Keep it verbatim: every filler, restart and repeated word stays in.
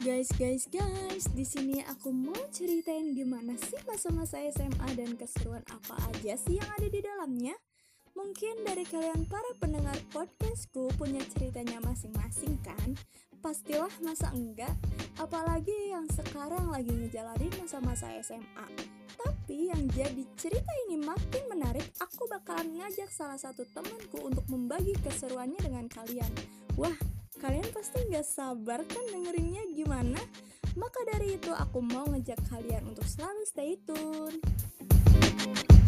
Guys, guys, guys, di sini aku mau ceritain gimana sih masa-masa S M A dan keseruan apa aja sih yang ada di dalamnya. Mungkin dari kalian para pendengar podcastku punya ceritanya masing-masing kan? Pastilah, masa enggak? Apalagi yang sekarang lagi ngejalanin masa-masa S M A. Tapi yang jadi cerita ini makin menarik, aku bakalan ngajak salah satu temanku untuk membagi keseruannya dengan kalian. Wah, kalian pasti gak sabar kan dengerinnya gimana? Maka dari itu aku mau ngajak kalian untuk selalu stay tune.